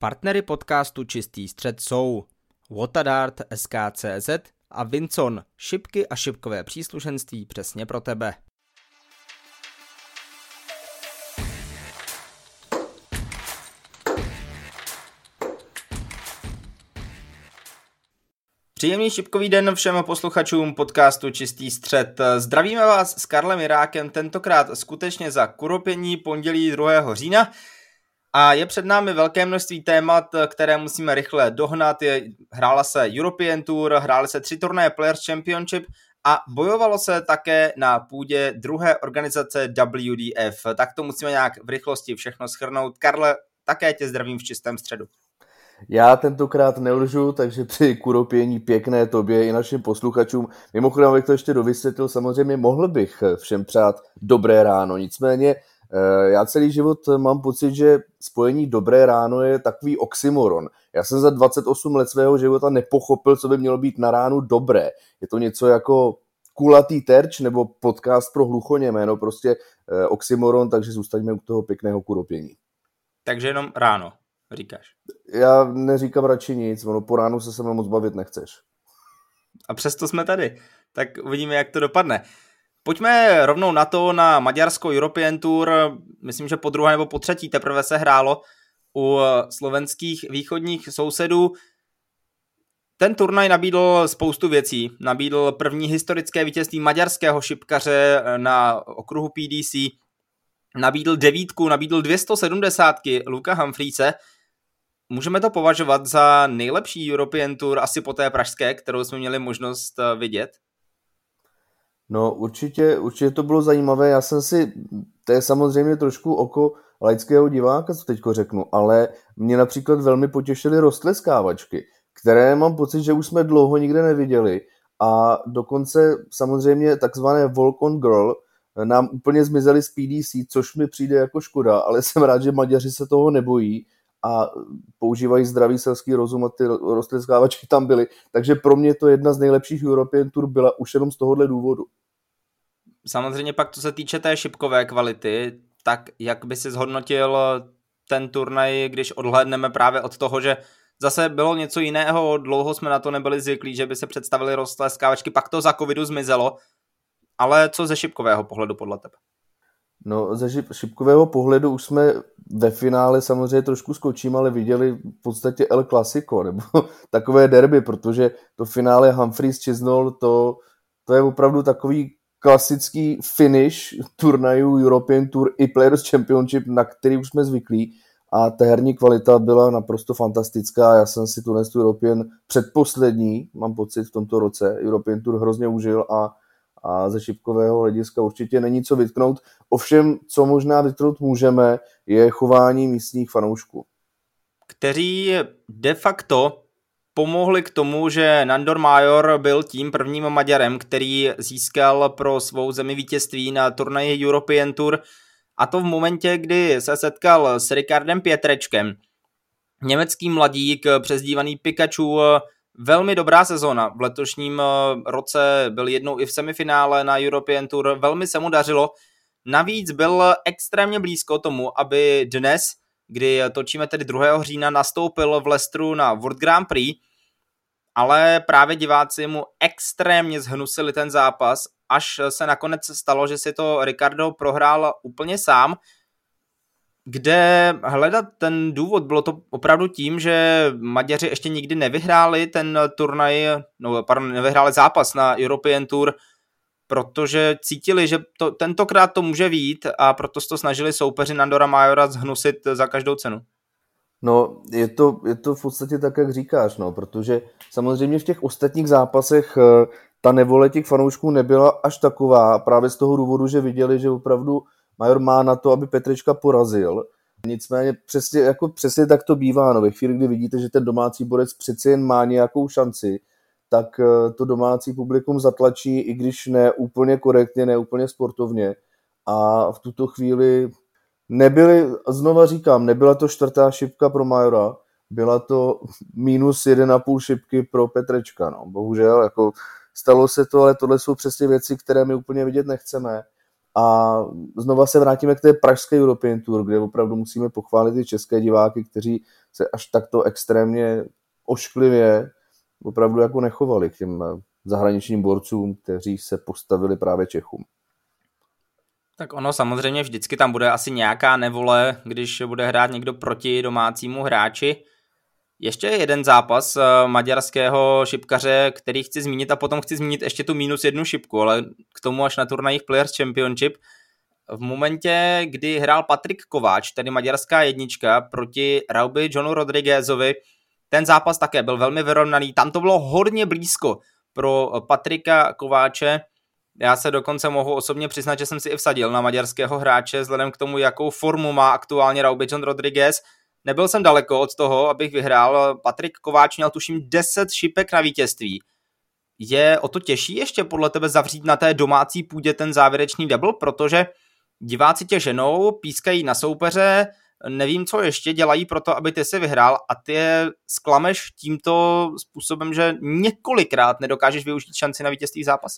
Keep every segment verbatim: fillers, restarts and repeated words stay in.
Partnery podcastu Čistý střed jsou Watadart, S K C Z a Vincon, šipky a šipkové příslušenství přesně pro tebe. Příjemný šipkový den všem posluchačům podcastu Čistý střed. Zdravíme vás s Karlem Jirákem, tentokrát skutečně za kuropění pondělí druhého října. A je před námi velké množství témat, které musíme rychle dohnat. Je, hrála se European Tour, hrály se tři turnaje Players Championship a bojovalo se také na půdě druhé organizace W D F. Tak to musíme nějak v rychlosti všechno shrnout. Karle, také tě zdravím v čistém středu. Já tentokrát nelžu, takže při kuropění pěkné tobě i našim posluchačům. Mimochodem, abych to ještě dovysvětlil, samozřejmě mohl bych všem přát dobré ráno, nicméně já celý život mám pocit, že spojení dobré ráno je takový oxymoron. Já jsem za dvacet osm let svého života nepochopil, co by mělo být na ránu dobré. Je to něco jako kulatý terč nebo podcast pro hluchoněmé, no prostě oxymoron, takže zůstaňme u toho pěkného kuropění. Takže jenom ráno, říkáš? Já neříkám radši nic, ono po ránu se se mnou moc bavit nechceš. A přesto jsme tady, tak uvidíme, jak to dopadne. Pojďme rovnou na to, na maďarskou European Tour, myslím, že po druhé nebo po třetí teprve se hrálo u slovenských východních sousedů. Ten turnaj nabídl spoustu věcí. Nabídl první historické vítězství maďarského šipkaře na okruhu P D C, nabídl devítku, nabídl dvě stě sedmdesát Luka Humphriese. Můžeme to považovat za nejlepší European Tour asi po té pražské, kterou jsme měli možnost vidět? No určitě, určitě to bylo zajímavé, já jsem si, to je samozřejmě trošku oko laického diváka, co teďko řeknu, ale mě například velmi potěšily roztleskávačky, které mám pocit, že už jsme dlouho nikde neviděli a dokonce samozřejmě takzvané Walk on Girl nám úplně zmizely z P D C, což mi přijde jako škoda, ale jsem rád, že Maďaři se toho nebojí a používají zdravý selský rozum a ty roztleskávačky tam byly. Takže pro mě to jedna z nejlepších European Tour byla už jenom z tohohle důvodu. Samozřejmě pak, co se týče té šipkové kvality, tak jak by si zhodnotil ten turnaj, když odhlédneme právě od toho, že zase bylo něco jiného, dlouho jsme na to nebyli zvyklí, že by se představili roztleskávačky, pak to za covidu zmizelo, ale co ze šipkového pohledu podle tebe? No, ze šipkového pohledu už jsme ve finále samozřejmě trošku skočím, ale viděli v podstatě El Clasico, nebo takové derby, protože to finále Humphries Chisnall, to, to je opravdu takový klasický finish turnajů European Tour i Players Championship, na který už jsme zvyklí a ta herní kvalita byla naprosto fantastická. Já jsem si tu European předposlední, mám pocit v tomto roce, European Tour hrozně užil a a ze šipkového hlediska určitě není co vytknout. Ovšem, co možná vytknout můžeme, je chování místních fanoušků. Kteří de facto pomohli k tomu, že Nandor Major byl tím prvním Maďarem, který získal pro svou zemi vítězství na turnaji European Tour, a to v momentě, kdy se setkal s Ricardem Pietrečkem. Německý mladík, přezdívaný Pikachu, velmi dobrá sezóna. V letošním roce byl jednou i v semifinále na European Tour, velmi se mu dařilo. Navíc byl extrémně blízko tomu, aby dnes, kdy točíme tedy druhého října, nastoupil v Leicesteru na World Grand Prix, ale právě diváci mu extrémně zhnusili ten zápas, až se nakonec stalo, že si to Ricardo prohrál úplně sám. Kde hledat ten důvod? Bylo to opravdu tím, že Maďaři ještě nikdy nevyhráli ten turnaj, no pardon, nevyhráli zápas na European Tour, protože cítili, že to, tentokrát to může vyjít a proto se to snažili soupeři Nandora Majora zhnusit za každou cenu. No, je to, je to v podstatě tak, jak říkáš, no, protože samozřejmě v těch ostatních zápasech ta nevole těch fanoušků nebyla až taková, právě z toho důvodu, že viděli, že opravdu Major má na to, aby Petrečka porazil. Nicméně přesně, jako přesně tak to bývá. No. Ve chvíli, kdy vidíte, že ten domácí borec přeci jen má nějakou šanci, tak to domácí publikum zatlačí, i když ne úplně korektně, ne úplně sportovně. A v tuto chvíli nebyly, znova říkám, nebyla to čtvrtá šipka pro Majora, byla to minus jeden a půl šipky pro Petrečka. No. Bohužel, jako stalo se to, ale tohle jsou přesně věci, které my úplně vidět nechceme. A znova se vrátíme k té pražské European Tour, kde opravdu musíme pochválit i české diváky, kteří se až takto extrémně ošklivě opravdu jako nechovali k těm zahraničním borcům, kteří se postavili právě Čechům. Tak ono samozřejmě vždycky tam bude asi nějaká nevole, když bude hrát někdo proti domácímu hráči. Ještě jeden zápas maďarského šipkaře, který chci zmínit, a potom chci zmínit ještě tu minus jednu šipku, ale k tomu až na turnajích Players Championship. V momentě, kdy hrál Patrik Kováč, tedy maďarská jednička, proti Raubi Johnu Rodriguezovi, ten zápas také byl velmi vyrovnaný. Tam to bylo hodně blízko pro Patrika Kováče. Já se dokonce mohu osobně přiznat, že jsem si i vsadil na maďarského hráče, vzhledem k tomu, jakou formu má aktuálně Raubi John Rodriguez. Nebyl jsem daleko od toho, abych vyhrál. Patrik Kováč měl tuším deset šipek na vítězství. Je o to těžší ještě podle tebe zavřít na té domácí půdě ten závěrečný double, protože diváci tě ženou, pískají na soupeře, nevím, co ještě dělají pro to, aby ty si vyhrál, a ty je sklameš tímto způsobem, že několikrát nedokážeš využít šanci na vítězství v zápase.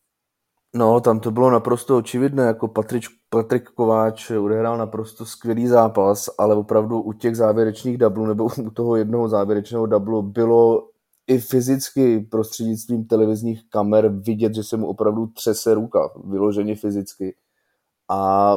No, tam to bylo naprosto očividné, jako Patrič, Patrik Kováč odehrál naprosto skvělý zápas, ale opravdu u těch závěrečných doublů nebo u toho jednoho závěrečného doublu bylo i fyzicky prostřednictvím televizních kamer vidět, že se mu opravdu třese ruka, vyloženě fyzicky. A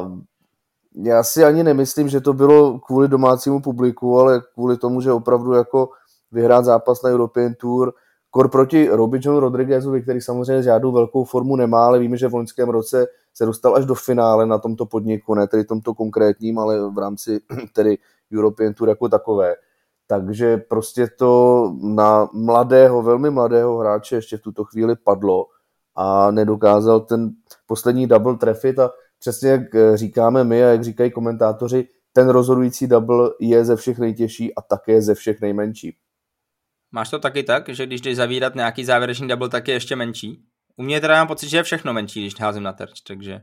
já si ani nemyslím, že to bylo kvůli domácímu publiku, ale kvůli tomu, že opravdu jako vyhrát zápas na European Tour, kor proti Raubi Johnu Rodriguezovi, který samozřejmě žádnou velkou formu nemá, ale víme, že v loňském roce se dostal až do finále na tomto podniku, ne tedy tomto konkrétním, ale v rámci tedy European Tour jako takové. Takže prostě to na mladého, velmi mladého hráče ještě v tuto chvíli padlo a nedokázal ten poslední double trefit, a přesně jak říkáme my a jak říkají komentátoři, ten rozhodující double je ze všech nejtěžší a také ze všech nejmenší. Máš to taky tak, že když jdeš zavírat nějaký závěrečný double, tak je ještě menší? U mě teda mám pocit, že je všechno menší, když házím na terč, takže...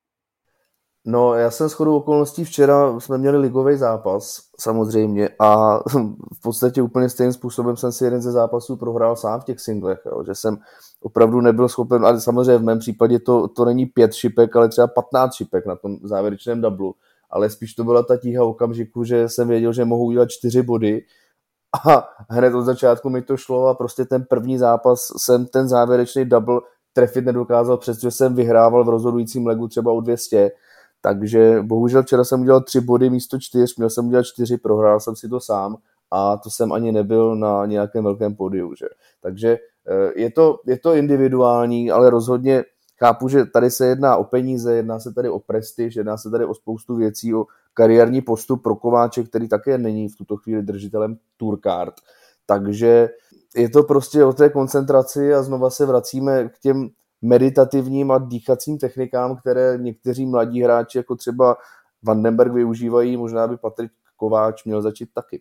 No, já jsem shodou okolností včera, jsme měli ligový zápas, samozřejmě, a v podstatě úplně stejným způsobem jsem si jeden ze zápasů prohrál sám v těch singlech, jo, že jsem opravdu nebyl schopen, ale samozřejmě v mém případě to, to není pět šipek, ale třeba patnáct šipek na tom závěrečném dublu, ale spíš to byla ta tíha okamžiku, že jsem věděl, že mohu udělat čtyři body, a hned od začátku mi to šlo a prostě ten první zápas jsem ten závěrečný double trefit nedokázal, přestože jsem vyhrával v rozhodujícím legu třeba o dvě stě. Takže bohužel včera jsem udělal tři body místo čtyř, měl jsem udělat čtyři, prohrál jsem si to sám a to jsem ani nebyl na nějakém velkém pódiu. Že? Takže je to, je to individuální, ale rozhodně chápu, že tady se jedná o peníze, jedná se tady o prestiž, jedná se tady o spoustu věcí, o kariérní postup pro Kováče, který také není v tuto chvíli držitelem Tourcard. Takže je to prostě o té koncentraci a znova se vracíme k těm meditativním a dýchacím technikám, které někteří mladí hráči, jako třeba Vandenberg, využívají. Možná by Patrik Kováč měl začít taky.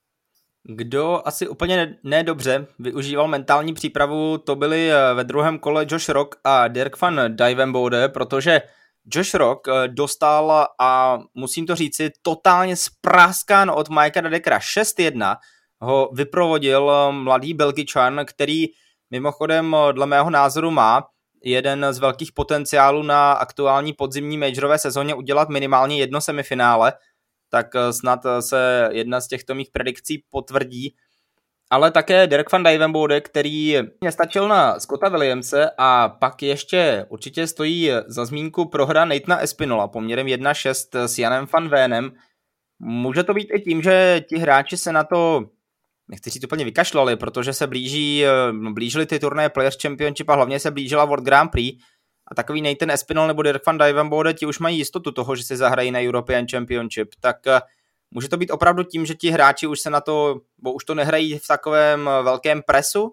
Kdo asi úplně nedobře využíval mentální přípravu, to byli ve druhém kole Josh Rock a Dirk van Dijvenbode, protože Josh Rock dostal, a musím to říci, totálně spráskán od Mikea de Deckera. šest jedna ho vyprovodil mladý Belgičan, který mimochodem dle mého názoru má jeden z velkých potenciálů na aktuální podzimní majorové sezóně udělat minimálně jedno semifinále, tak snad se jedna z těchto mých predikcí potvrdí. Ale také Dirk van Dijvenbode, který nestačil na Scotta Williamse, a pak ještě určitě stojí za zmínku prohra Nathana Espinola poměrem jedna šest s Janem van Veenem. Může to být i tím, že ti hráči se na to, nechci říct úplně vykašlali, protože se blíží, blížily ty turnaje Players Championship a hlavně se blížila World Grand Prix, a takový Nathan Espinol nebo Dirk van Dijvenbode ti už mají jistotu toho, že si zahrají na European Championship, tak může to být opravdu tím, že ti hráči už se na to, bo už to nehrají v takovém velkém presu?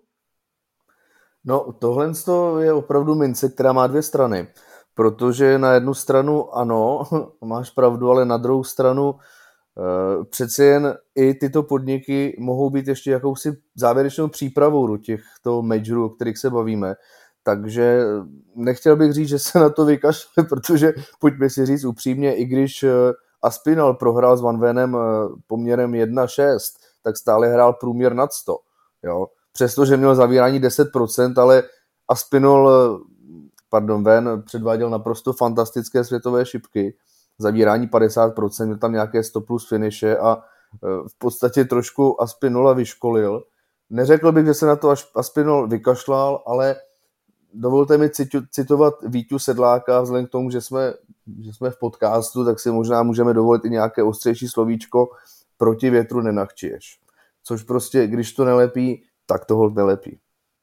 No, tohle je opravdu mince, která má dvě strany, protože na jednu stranu ano, máš pravdu, ale na druhou stranu Uh, přeci jen i tyto podniky mohou být ještě jakousi závěrečnou přípravou do těchto majorů, o kterých se bavíme. Takže nechtěl bych říct, že se na to vykašle, protože pojďme si říct upřímně, i když Aspinall prohrál s Van Veenem poměrem jedna šest, tak stále hrál průměr nad sto. Jo? Přestože měl zavírání deset procent, ale Aspinall, pardon, ven předváděl naprosto fantastické světové šipky, zavírání padesát procent, měl tam nějaké sto plus finiše a v podstatě trošku Aspinola vyškolil. Neřekl bych, že se na to Aspinall vykašlal, ale dovolte mi citovat Víťu Sedláka, vzhledem k tomu, že jsme, že jsme v podcastu, tak si možná můžeme dovolit i nějaké ostřejší slovíčko: proti větru nenachčiješ. Což prostě, když to nelepí, tak to holt nelepí.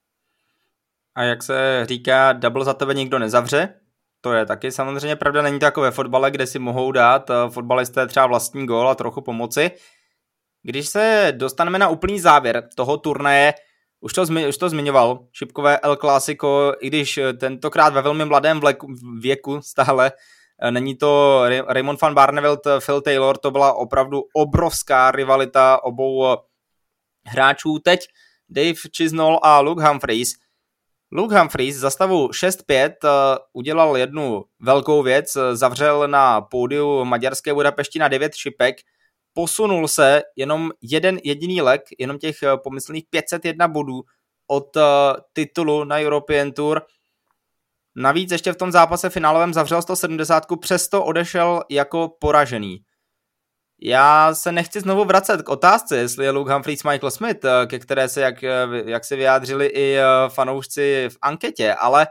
A jak se říká, double za tebe nikdo nezavře, to je taky samozřejmě pravda, není to jako ve fotbale, kde si mohou dát fotbalisté třeba vlastní gól a trochu pomoci. Když se dostaneme na úplný závěr toho turnaje, už to, zmi, už to zmiňoval, šipkové El Clásico, i když tentokrát ve velmi mladém vleku, věku stále, není to Raymond van Barneveld, Phil Taylor, to byla opravdu obrovská rivalita obou hráčů. Teď Dave Chisnall a Luke Humphries. Luke Humphries za stavu šest pět udělal jednu velkou věc, zavřel na pódiu maďarské Budapešti na devět šipek, posunul se jenom jeden jediný leg, jenom těch pomyslných pět set jedna bodů od titulu na European Tour. Navíc ještě v tom zápase finálovém zavřel sto sedmdesát, přesto odešel jako poražený. Já se nechci znovu vracet k otázce, jestli je Luke Humphries Michael Smith, ke které se, jak, jak se vyjádřili i fanoušci v anketě, ale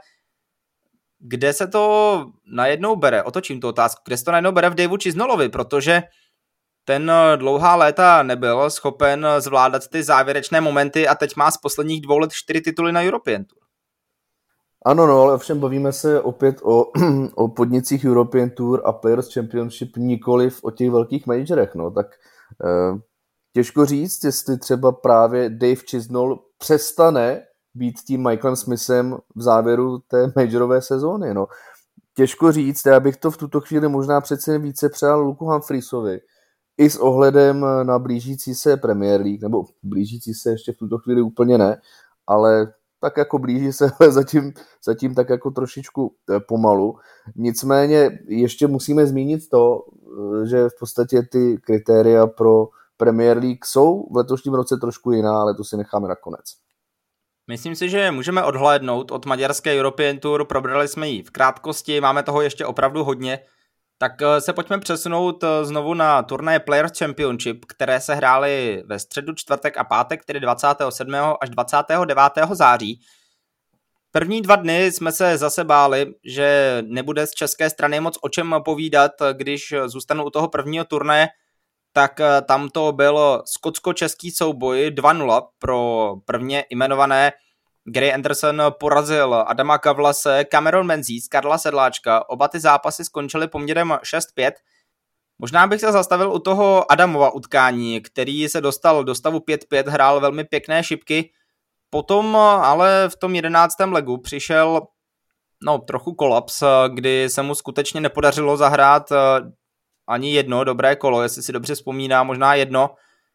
kde se to najednou bere, otočím tu otázku, kde se to najednou bere v Daveu Chisnallovi, protože ten dlouhá léta nebyl schopen zvládat ty závěrečné momenty a teď má z posledních dvou let čtyři tituly na European Tour. Ano, no, ale ovšem bavíme se opět o, o podnicích European Tour a Players Championship, nikoliv o těch velkých majorech, no, tak eh, těžko říct, jestli třeba právě Dave Chisnall přestane být tím Michaelem Smithem v závěru té majorové sezóny, no. Těžko říct, já bych to v tuto chvíli možná přece více přál Luku Humphriesovi, i s ohledem na blížící se Premier League, nebo blížící se ještě v tuto chvíli úplně ne, ale tak jako blíží se, ale zatím, zatím tak jako trošičku pomalu. Nicméně ještě musíme zmínit to, že v podstatě ty kritéria pro Premier League jsou v letošním roce trošku jiná, ale to si necháme nakonec. Myslím si, že můžeme odhlédnout od maďarské European Tour, probrali jsme ji v krátkosti, máme toho ještě opravdu hodně, tak se pojďme přesunout znovu na turnaje Players Championship, které se hrály ve středu, čtvrtek a pátek, tedy dvacátého sedmého až dvacátého devátého září. První dva dny jsme se zase báli, že nebude z české strany moc o čem povídat, když zůstanu u toho prvního turnaje, tak tam to byl skotsko-český souboj dva nula pro prvně jmenované. Gary Anderson porazil Adama Kavlase, Cameron Menzies, Karla Sedláčka. Oba ty zápasy skončily poměrem šest pět. Možná bych se zastavil u toho Adamova utkání, který se dostal do stavu pět pět, hrál velmi pěkné šipky. Potom ale v tom jedenáctém legu přišel no, trochu kolaps, kdy se mu skutečně nepodařilo zahrát ani jedno dobré kolo, jestli si dobře vzpomíná, možná jedno.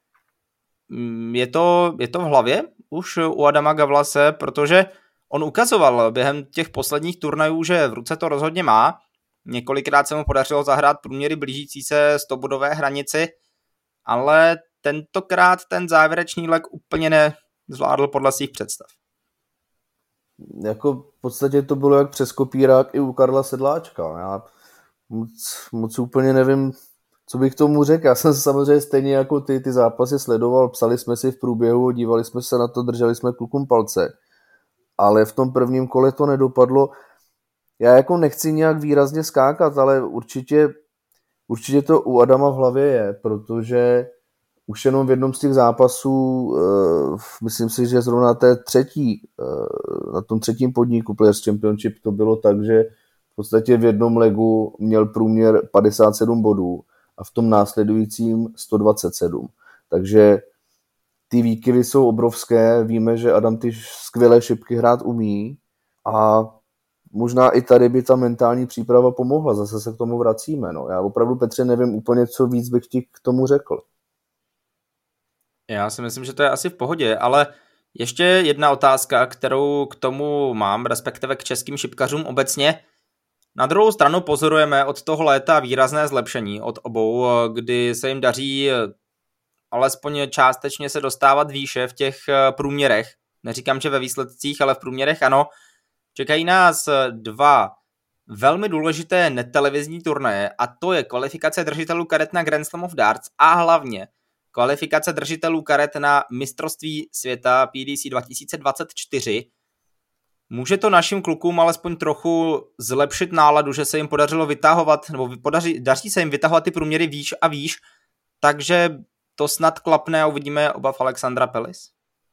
Je to, je to v hlavě už u Adama Gavlase, protože on ukazoval během těch posledních turnajů, že v ruce to rozhodně má. Několikrát se mu podařilo zahrát průměry blížící se stobodové hranici, ale tentokrát ten závěrečný leg úplně nezvládl podle svých představ. Jako v podstatě to bylo jak přes kopírák i u Karla Sedláčka. Já moc, moc úplně nevím, co bych tomu řekl. Já jsem se samozřejmě stejně jako ty, ty zápasy sledoval, psali jsme si v průběhu, dívali jsme se na to, drželi jsme klukům palce. Ale v tom prvním kole to nedopadlo. Já jako nechci nějak výrazně skákat, ale určitě, určitě to u Adama v hlavě je, protože už jenom v jednom z těch zápasů, uh, myslím si, že zrovna na té třetí, uh, na tom třetím podniku Players Championship to bylo tak, že v podstatě v jednom legu měl průměr padesát sedm bodů a v tom následujícím sto dvacet sedm. Takže ty výkyvy jsou obrovské, víme, že Adam ty skvělé šipky hrát umí a možná i tady by ta mentální příprava pomohla, zase se k tomu vracíme. No. Já opravdu, Petře, nevím úplně, co víc bych ti k tomu řekl. Já si myslím, že to je asi v pohodě, ale ještě jedna otázka, kterou k tomu mám, respektive k českým šipkařům obecně. Na druhou stranu pozorujeme od toho léta výrazné zlepšení od obou, kdy se jim daří alespoň částečně se dostávat výše v těch průměrech. Neříkám, že ve výsledcích, ale v průměrech ano. Čekají nás dva velmi důležité netelevizní turnaje a to je kvalifikace držitelů karet na Grand Slam of Darts a hlavně kvalifikace držitelů karet na mistrovství světa P D C dva tisíce dvacet čtyři. Může to našim klukům alespoň trochu zlepšit náladu, že se jim podařilo vytahovat, nebo podaří, daří se jim vytahovat ty průměry výš a výš, takže to snad klapne a uvidíme obav Alexandra Pellis?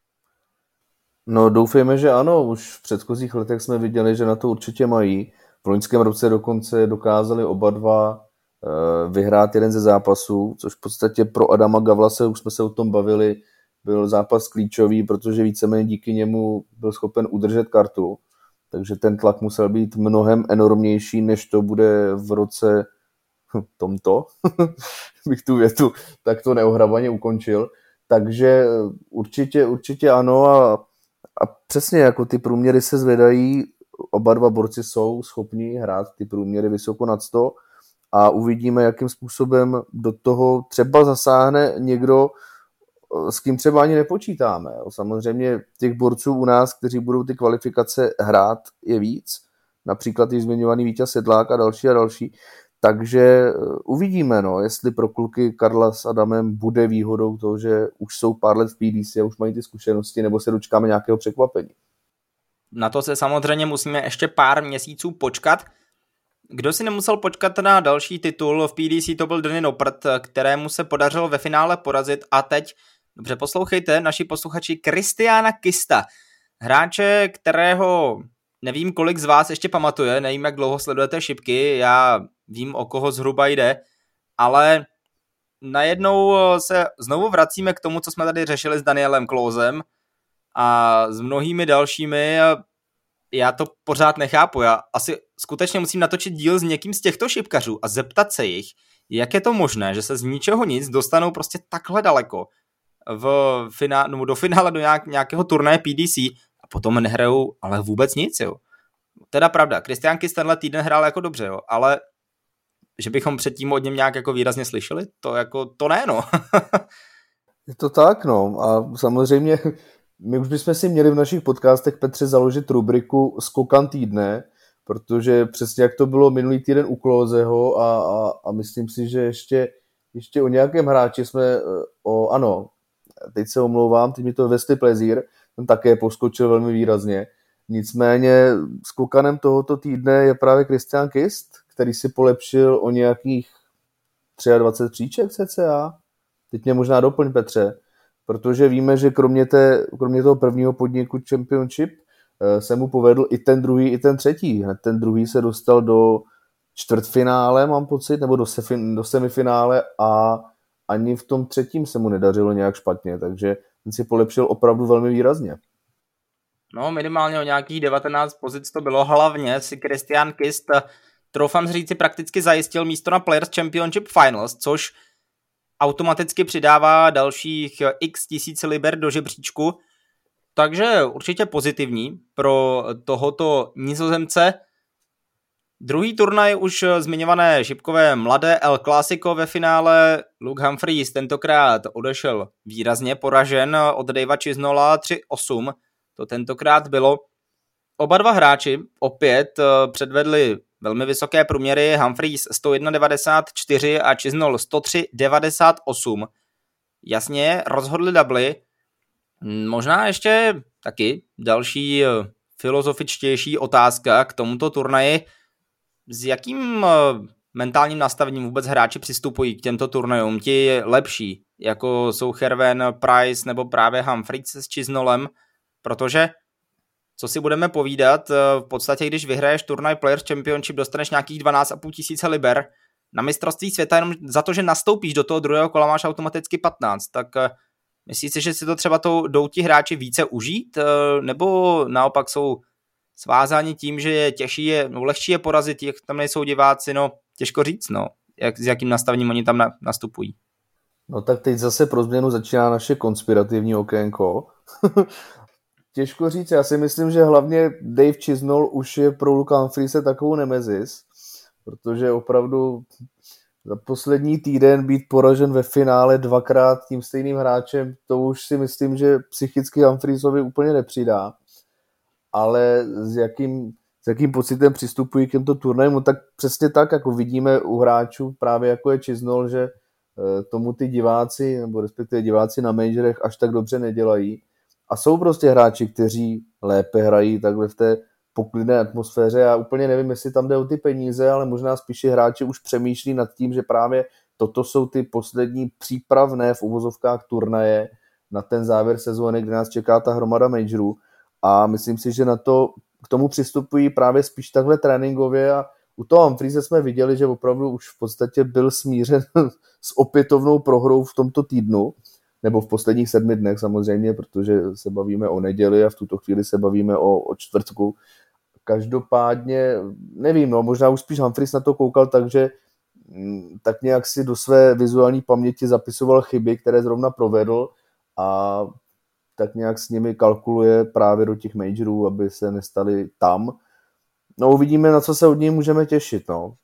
No doufejme, že ano. Už v předchozích letech jsme viděli, že na to určitě mají. V loňském roce dokonce dokázali oba dva vyhrát jeden ze zápasů, což v podstatě pro Adama Gavlase, už jsme se o tom bavili, byl zápas klíčový, protože víceméně díky němu byl schopen udržet kartu, takže ten tlak musel být mnohem enormnější, než to bude v roce tomto, bych tu větu takto neohrabaně ukončil, takže určitě, určitě ano a, a přesně jako ty průměry se zvedají, oba dva borci jsou schopni hrát ty průměry vysoko nad sto a uvidíme, jakým způsobem do toho třeba zasáhne někdo, s kým třeba ani nepočítáme. Samozřejmě těch borců u nás, kteří budou ty kvalifikace hrát, je víc. Například již zmiňovaný Vítěz Sedlák a další a další. Takže uvidíme, no, jestli pro kluky Karla s Adamem bude výhodou to, že už jsou pár let v P D C a už mají ty zkušenosti, nebo se dočkáme nějakého překvapení. Na to se samozřejmě musíme ještě pár měsíců počkat. Kdo si nemusel počkat na další titul v P D C, to byl Danny Noppert, kterému se podařilo ve finále porazit a teď, dobře poslouchejte, naši posluchači, Christiana Kista, hráče, kterého nevím, kolik z vás ještě pamatuje, nevím, jak dlouho sledujete šipky, já vím, o koho zhruba jde, ale najednou se znovu vracíme k tomu, co jsme tady řešili s Danielem Klosem a s mnohými dalšími. Já to pořád nechápu, já asi skutečně musím natočit díl s někým z těchto šipkařů a zeptat se jich, jak je to možné, že se z ničeho nic dostanou prostě takhle daleko v finále, no, do finále do nějak, nějakého turnaje P D C a potom nehrajou ale vůbec nic, jo. Teda pravda, Christian Kiss tenhle týden hrál jako dobře, jo, ale že bychom předtím od něm nějak jako výrazně slyšeli, to jako, to ne, no. Je to tak, no, a samozřejmě my už bychom si měli v našich podcastech, Petře, založit rubriku Skokan týdne, protože přesně jak to bylo minulý týden u Klózeho a, a, a myslím si, že ještě, ještě o nějakém hráči jsme, o, ano, teď se omlouvám, teď mi to Wesley Plezír, ten také poskočil velmi výrazně. Nicméně skokanem tohoto týdne je právě Christian Kist, který si polepšil o nějakých dvacet tři příček cca. Teď mě možná doplň, Petře, protože víme, že kromě, té, kromě toho prvního podniku Championship se mu povedl i ten druhý, i ten třetí. Hned ten druhý se dostal do čtvrtfinále, mám pocit, nebo do, sefin, do semifinále a ani v tom třetím se mu nedařilo nějak špatně, takže ten si polepšil opravdu velmi výrazně. No, minimálně o nějakých devatenáct pozic to bylo, hlavně si Christian Kist, troufám říci, prakticky zajistil místo na Players Championship Finals, což automaticky přidává dalších x tisíc liber do žebříčku, takže určitě pozitivní pro tohoto Nizozemce. Druhý turnaj už zmiňované šipkové mladé El Clásico ve finále. Luke Humphries tentokrát odešel výrazně poražen od Davea Chisnolla tři osm. To tentokrát bylo. Oba dva hráči opět předvedli velmi vysoké průměry. Humphries sto jedna devadesát čtyři a Chisnoll sto tři devadesát osm. Jasně rozhodli dubly. Možná ještě taky další filozofičtější otázka k tomuto turnaji. S jakým mentálním nastavením vůbec hráči přistupují k těmto turnajům? Ti lepší, jako jsou Herven, Price nebo právě Humphries s Chisnollem, protože, co si budeme povídat, v podstatě, když vyhraješ turnaj Players Championship, dostaneš nějakých dvanáct a půl tisíce liber. Na mistrovství světa jenom za to, že nastoupíš do toho druhého kola, máš automaticky patnáct. Tak myslíš si, že si to třeba to jdou ti hráči více užít? Nebo naopak jsou svázáni tím, že je těžší je, no lehčí je porazit, jak tam nejsou diváci, no těžko říct, no, jak, s jakým nastavením oni tam na, nastupují. No tak teď zase pro změnu začíná naše konspirativní okénko. Těžko říct, já si myslím, že hlavně Dave Chisnoll už je pro Luka Humphriese takovou nemezis, protože opravdu za poslední týden být poražen ve finále dvakrát tím stejným hráčem, to už si myslím, že psychicky Humphreesovi úplně nepřidá. ale s jakým, s jakým pocitem přistupují k těmto turnajům, no tak přesně tak, jako vidíme u hráčů, právě jako je Chisnell, že tomu ty diváci, nebo respektive diváci na majorech až tak dobře nedělají. A jsou prostě hráči, kteří lépe hrají takhle v té poklidné atmosféře. Já úplně nevím, jestli tam jde o ty peníze, ale možná spíše hráči už přemýšlí nad tím, že právě toto jsou ty poslední přípravné v uvozovkách turnaje na ten závěr sezóny, kde nás čeká ta hromada majorů. A myslím si, že na to, k tomu přistupují právě spíš takhle tréninkově a u toho Humphreys jsme viděli, že opravdu už v podstatě byl smířen s opětovnou prohrou v tomto týdnu, nebo v posledních sedmi dnech samozřejmě, protože se bavíme o neděli a v tuto chvíli se bavíme o, o čtvrtku. Každopádně, nevím, no, možná už spíš Humphreys na to koukal, takže tak nějak si do své vizuální paměti zapisoval chyby, které zrovna provedl a tak nějak s nimi kalkuluje právě do těch majorů, aby se nestali tam. No uvidíme, na co se od něj můžeme těšit, no.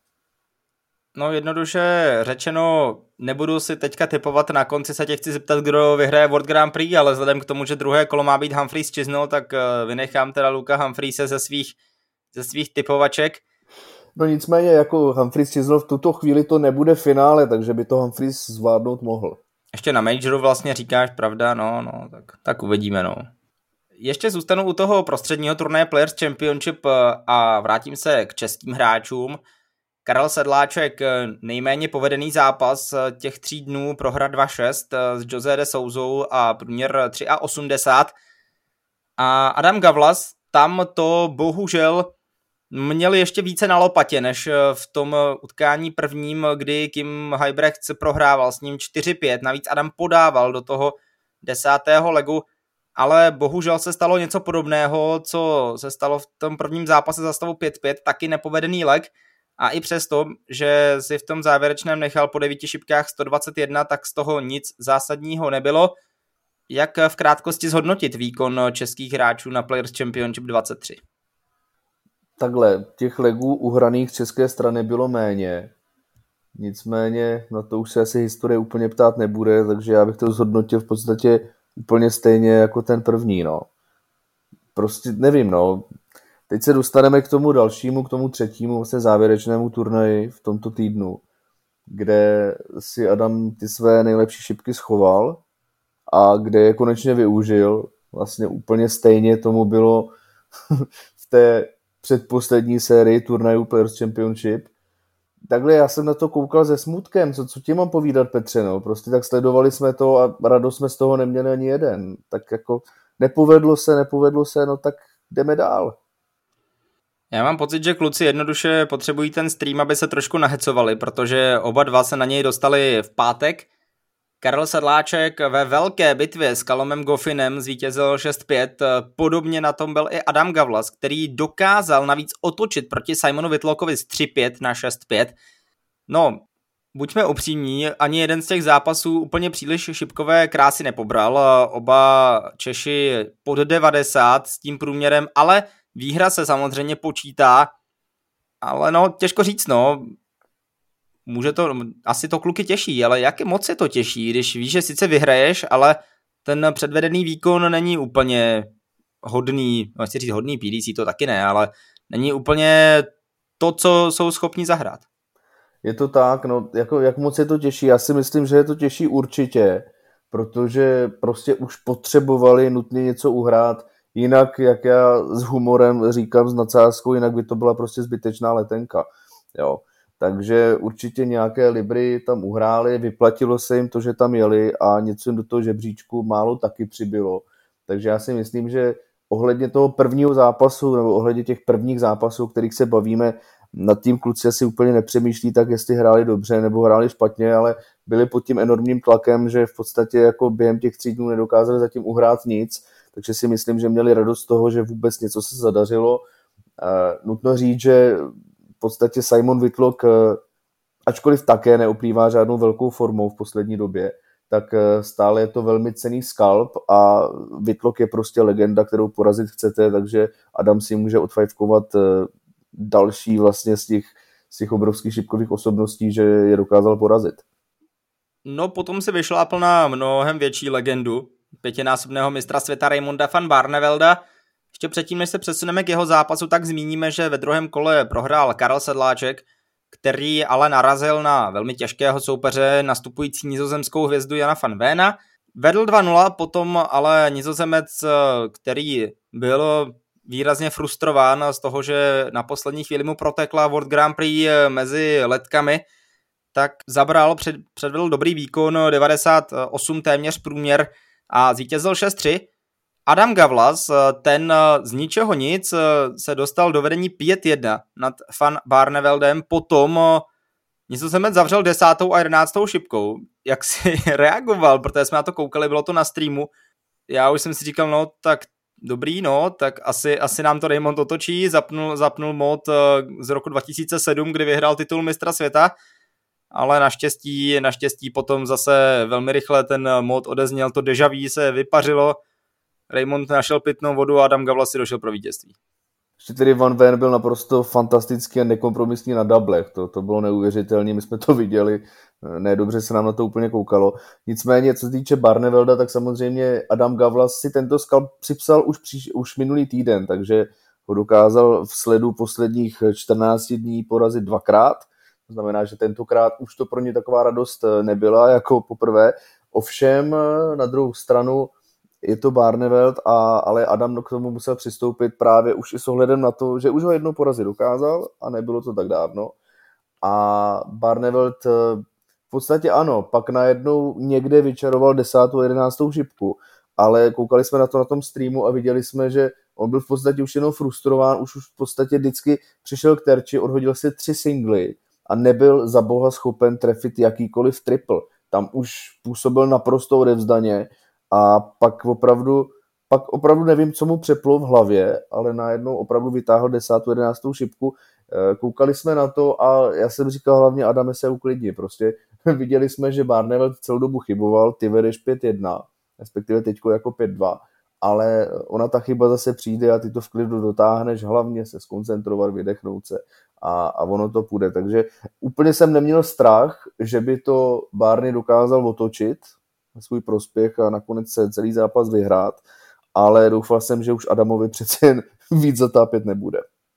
No jednoduše řečeno, nebudu si teďka typovat, na konci se tě chci zeptat, kdo vyhraje World Grand Prix, ale vzhledem k tomu, že druhé kolo má být Humphreys Chisnell, tak vynechám teda Luka Humphreys ze svých, ze svých typovaček. No nicméně, jako Humphreys Chisnell v tuto chvíli to nebude finále, takže by to Humphreys zvládnout mohl. Ještě na majoru vlastně říkáš, pravda, no, no, tak, tak uvidíme, no. Ještě zůstanu u toho prostředního turnaje Players Championship a vrátím se k českým hráčům. Karel Sedláček, nejméně povedený zápas těch tří dnů, prohra dva šest s José de Souzou a průměr tři osmdesát. A Adam Gavlas, tam to bohužel měli ještě více na lopatě, než v tom utkání prvním, kdy Kim Huybrechts prohrával s ním čtyři pět. Navíc Adam podával do toho desátého legu, ale bohužel se stalo něco podobného, co se stalo v tom prvním zápase za stavu pět pět, taky nepovedený leg. A i přesto, že si v tom závěrečném nechal po devíti šipkách sto dvacet jedna, tak z toho nic zásadního nebylo. Jak v krátkosti zhodnotit výkon českých hráčů na Players Championship dvacet tři? Takhle, těch legů uhraných z české strany bylo méně. Nicméně na to už se asi historie úplně ptát nebude, takže já bych to zhodnotil v podstatě úplně stejně jako ten první, no. Prostě nevím, no. Teď se dostaneme k tomu dalšímu, k tomu třetímu vlastně závěrečnému turnaji v tomto týdnu, kde si Adam ty své nejlepší šipky schoval a kde je konečně využil. Vlastně úplně stejně tomu bylo v té předposlední sérii turnajů Players Championship. Takhle já jsem na to koukal se smutkem, co, co ti mám povídat, Petře, no? Prostě tak sledovali jsme to a radost jsme z toho neměli ani jeden. Tak jako nepovedlo se, nepovedlo se, no tak jdeme dál. Já mám pocit, že kluci jednoduše potřebují ten stream, aby se trošku nahecovali, protože oba dva se na něj dostali v pátek. Karel Sedláček ve velké bitvě s Callumem Goffinem zvítězil šest pět, podobně na tom byl i Adam Gavlas, který dokázal navíc otočit proti Simonu Whitlockovi z tři pět na šest pět. No, buďme upřímní, ani jeden z těch zápasů úplně příliš šipkové krásy nepobral, oba Češi pod devadesát s tím průměrem, ale výhra se samozřejmě počítá, ale no, těžko říct, no. Může to, asi to kluky těší, ale jak moc se to těší, když víš, že sice vyhraješ, ale ten předvedený výkon není úplně hodný, no chci říct hodný, P D C to taky ne, ale není úplně to, co jsou schopni zahrát. Je to tak, no, jako, jak moc je to těší, já si myslím, že je to těší určitě, protože prostě už potřebovali nutně něco uhrát, jinak, jak já s humorem říkám, s nadsázkou, jinak by to byla prostě zbytečná letenka, jo. Takže určitě nějaké libry tam uhráli, vyplatilo se jim to, že tam jeli a něco jim do toho žebříčku málo taky přibylo. Takže já si myslím, že ohledně toho prvního zápasu, nebo ohledně těch prvních zápasů, o kterých se bavíme, nad tím kluci asi úplně nepřemýšlí tak, jestli hráli dobře nebo hráli špatně, ale byli pod tím enormním tlakem, že v podstatě jako během těch tří dnů nedokázali zatím uhrát nic, takže si myslím, že měli radost z toho, že vůbec něco se zadařilo. Uh, nutno říct, že v podstatě Simon Whitlock, ačkoliv také neoplývá žádnou velkou formou v poslední době, tak stále je to velmi cenný skalp a Whitlock je prostě legenda, kterou porazit chcete, takže Adam si může odfajfkovat další vlastně z těch, z těch obrovských šipkových osobností, že je dokázal porazit. No potom se vyšlápl na mnohem větší legendu, pětinásobného mistra světa Raymonda van Barnevelda, Ještě předtím, než se přesuneme k jeho zápasu, tak zmíníme, že ve druhém kole prohrál Karel Sedláček, který ale narazil na velmi těžkého soupeře, nastupující nizozemskou hvězdu Jana van Vena. Vedl dva nula, potom ale Nizozemec, který byl výrazně frustrován z toho, že na poslední chvíli mu protekla World Grand Prix mezi letkami, tak zabral, před, předvedl dobrý výkon, devadesát osm téměř průměr a zvítězil šest tři. Adam Gavlas, ten z ničeho nic se dostal do vedení pět jedna nad Van Barneveldem, potom Nizozemec zavřel desátou a jedenáctou šipkou. Jak si reagoval, protože jsme na to koukali, bylo to na streamu. Já už jsem si říkal, no tak dobrý, no, tak asi, asi nám to Raymond otočí, zapnul, zapnul mod z roku dva tisíce sedm, kdy vyhrál titul mistra světa, ale naštěstí, naštěstí potom zase velmi rychle ten mod odezněl, to déjà vu se vypařilo, Raymond našel pitnou vodu a Adam Gavlas si došel pro vítězství. Ještě tedy Van Veen byl naprosto fantastický a nekompromisní na doublech, to, to bylo neuvěřitelné, my jsme to viděli, ne dobře se nám na to úplně koukalo. Nicméně, co se týče Barnevelda, tak samozřejmě Adam Gavlas si tento skalp připsal už, příš, už minulý týden, takže ho dokázal v sledu posledních čtrnácti dní porazit dvakrát, to znamená, že tentokrát už to pro ně taková radost nebyla jako poprvé, ovšem na druhou stranu je to Barneveld, a, ale Adam k tomu musel přistoupit právě už i s ohledem na to, že už ho jednou porazit dokázal a nebylo to tak dávno. A Barneveld v podstatě ano, pak najednou někde vyčaroval desátou a jedenáctou šipku, ale koukali jsme na to na tom streamu a viděli jsme, že on byl v podstatě už jenom frustrován, už, už v podstatě vždycky přišel k terči, odhodil si tři singly a nebyl za boha schopen trefit jakýkoliv triple. Tam už působil naprosto odevzdaně. A pak opravdu, pak opravdu nevím, co mu přeplo v hlavě, ale najednou opravdu vytáhl desátou, jedenáctou šipku. Koukali jsme na to a já jsem říkal hlavně Adame se uklidni. Prostě viděli jsme, že Barneveld celou dobu chyboval, ty vedeš pět jedna, respektive teďko jako pět dva, ale ona ta chyba zase přijde a ty to v klidu dotáhneš, hlavně se skoncentrovat, vydechnout se a, a ono to půjde. Takže úplně jsem neměl strach, že by to Barney dokázal otočit na svůj prospěch a nakonec se celý zápas vyhrát, ale doufal jsem, že už Adamovi přece jen víc zatápět nebude.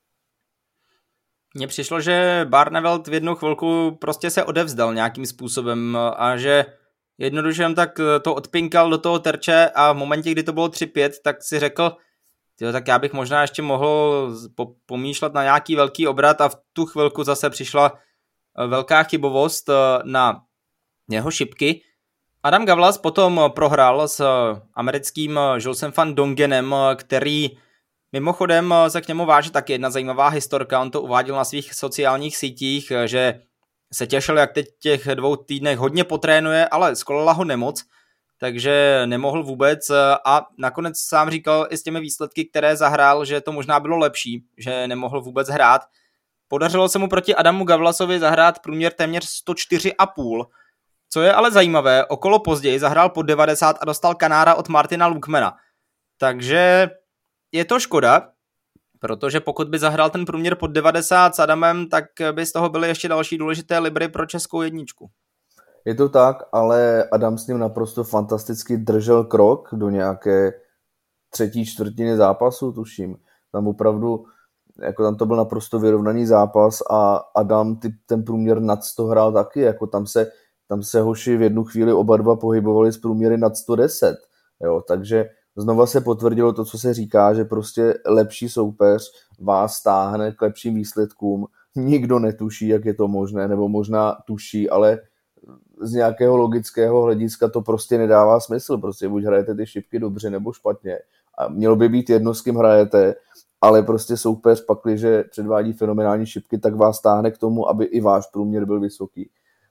Mně přišlo, že Barneveld v jednu chvilku prostě se odevzdal nějakým způsobem a že jednoduše tak to odpinkal do toho terče a v momentě, kdy to bylo tři pět, tak si řekl, tyjo, tak já bych možná ještě mohl pomýšlet na nějaký velký obrat a v tu chvilku zase přišla velká chybovost na jeho šipky. Adam Gavlas potom prohrál s americkým Julesem van Dongenem, který mimochodem se k němu váže taky jedna zajímavá historka. On to uváděl na svých sociálních sítích, že se těšil, jak teď těch dvou týdnech hodně potrénuje, ale skolila ho nemoc, takže nemohl vůbec a nakonec sám říkal i s těmi výsledky, které zahrál, že to možná bylo lepší, že nemohl vůbec hrát. Podařilo se mu proti Adamu Gavlasovi zahrát průměr téměř sto čtyři a půl. Co je ale zajímavé, okolo později zahrál pod devadesát a dostal kanára od Martina Lukmana. Takže je to škoda, protože pokud by zahrál ten průměr pod devadesát s Adamem, tak by z toho byly ještě další důležité libry pro českou jedničku. Je to tak, ale Adam s ním naprosto fantasticky držel krok do nějaké třetí čtvrtiny zápasu, tuším. Tam opravdu, jako tam to byl naprosto vyrovnaný zápas a Adam ty, ten průměr nad sto hrál taky, jako tam se Tam se hoši v jednu chvíli oba dva pohybovali z průměry nad sto deset. Jo, takže znova se potvrdilo to, co se říká, že prostě lepší soupeř vás stáhne k lepším výsledkům. Nikdo netuší, jak je to možné, nebo možná tuší, ale z nějakého logického hlediska to prostě nedává smysl. Prostě buď hrajete ty šipky dobře nebo špatně. A mělo by být jedno, s kým hrajete, ale prostě soupeř pakliže předvádí fenomenální šipky, tak vás stáhne k tomu, aby i váš průměr byl vysoký.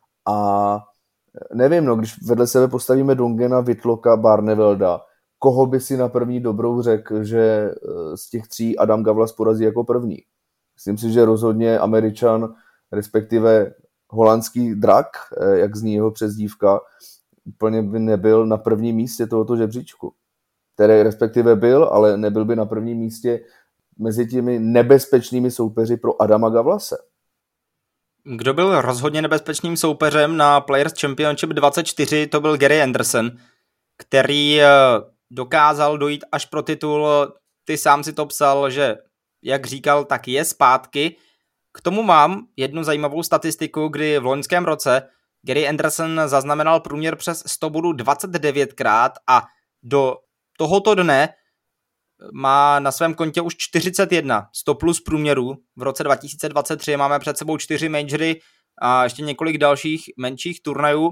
A nevím, no, když vedle sebe postavíme Dongena, Whitlocka, Barnevelda, koho by si na první dobrou řekl, že z těch tří Adam Gavlas porazí jako první? Myslím si, že rozhodně Američan, respektive holandský drak, jak zní jeho přezdívka, úplně by nebyl na prvním místě tohoto žebříčku. Který respektive byl, ale nebyl by na prvním místě mezi těmi nebezpečnými soupeři pro Adama Gavlase. Kdo byl rozhodně nebezpečným soupeřem na Players Championship dvacet čtyři, to byl Gary Anderson, který dokázal dojít až pro titul ty sám si to psal, že jak říkal, tak je zpátky. K tomu mám jednu zajímavou statistiku, kdy v loňském roce Gary Anderson zaznamenal průměr přes sto bodů dvacet devětkrát a do tohoto dne má na svém kontě už čtyřicet jedna sto plus průměrů. V roce dva tisíce dvacet tři máme před sebou čtyři majory a ještě několik dalších menších turnajů.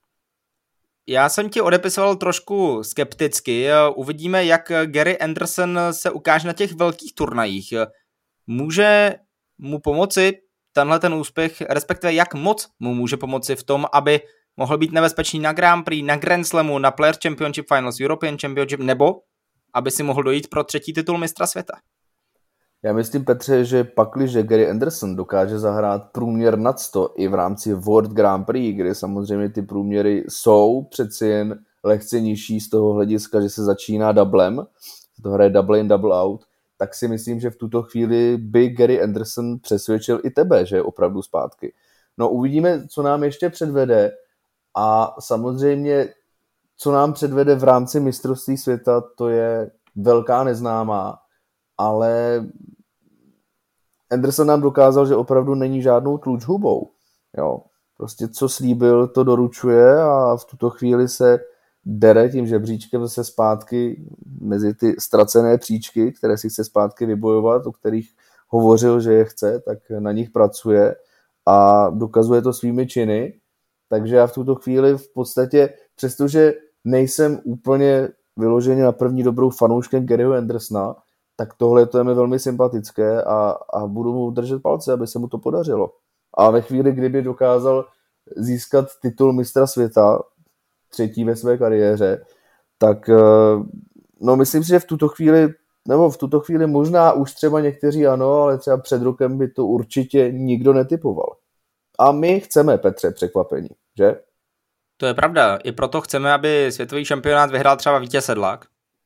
Já jsem ti odepisoval trošku skepticky. Uvidíme, jak Gary Anderson se ukáže na těch velkých turnajích. Může mu pomoci tenhle ten úspěch, respektive jak moc mu může pomoci v tom, aby mohl být nebezpečný na Grand Prix, na Grand Slamu, na Players Championship Finals, European Championship, nebo aby si mohl dojít pro třetí titul mistra světa. Já myslím, Petře, že pakliže Gary Anderson dokáže zahrát průměr nad sto i v rámci World Grand Prix, kde samozřejmě ty průměry jsou přeci jen lehce nižší z toho hlediska, že se začíná doublem, to hraje double in, double out, tak si myslím, že v tuto chvíli by Gary Anderson přesvědčil i tebe, že je opravdu zpátky. No uvidíme, co nám ještě předvede a samozřejmě, co nám předvede v rámci mistrovství světa, to je velká neznámá, ale Anderson nám dokázal, že opravdu není žádnou tlučhubou. Jo. Prostě co slíbil, to doručuje a v tuto chvíli se dere tím žebříčkem zase zpátky mezi ty ztracené příčky, které si chce zpátky vybojovat, o kterých hovořil, že je chce, tak na nich pracuje a dokazuje to svými činy. Takže já v tuto chvíli v podstatě, přestože nejsem úplně vyloženě na první dobrou fanouškem Garyho Andersona, tak tohle to je mi velmi sympatické a, a budu mu držet palce, aby se mu to podařilo. A ve chvíli, kdyby dokázal získat titul mistra světa, třetí ve své kariéře, tak no myslím si, že v tuto chvíli, nebo v tuto chvíli možná už třeba někteří ano, ale třeba před rokem by to určitě nikdo netypoval. A my chceme, Petře, překvapení, že? To je pravda. I proto chceme, aby světový šampionát vyhrál třeba Vítěz Sedlák.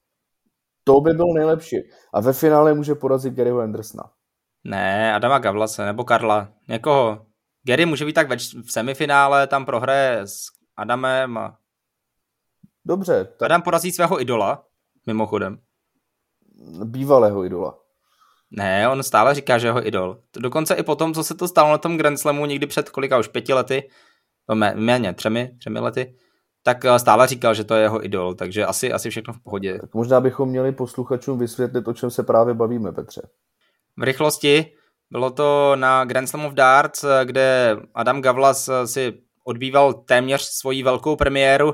To by bylo nejlepší. A ve finále může porazit Garyho Andersona. Ne, Adama Gavlase nebo Karla. Někoho. Gary může být tak ve, v semifinále, tam prohraje s Adamem. A... Dobře. Tak... Adam porazí svého idola, mimochodem. Bývalého idola. Ne, on stále říká, že je jeho idol. Dokonce i potom, co se to stalo na tom Grand Slamu někdy před kolika už pěti lety, no méně, třemi, třemi lety, tak stále říkal, že to je jeho idol, takže asi, asi všechno v pohodě. Tak možná bychom měli posluchačům vysvětlit, o čem se právě bavíme, Petře. V rychlosti bylo to na Grand Slam of Darts, kde Adam Gavlas si odbýval téměř svoji velkou premiéru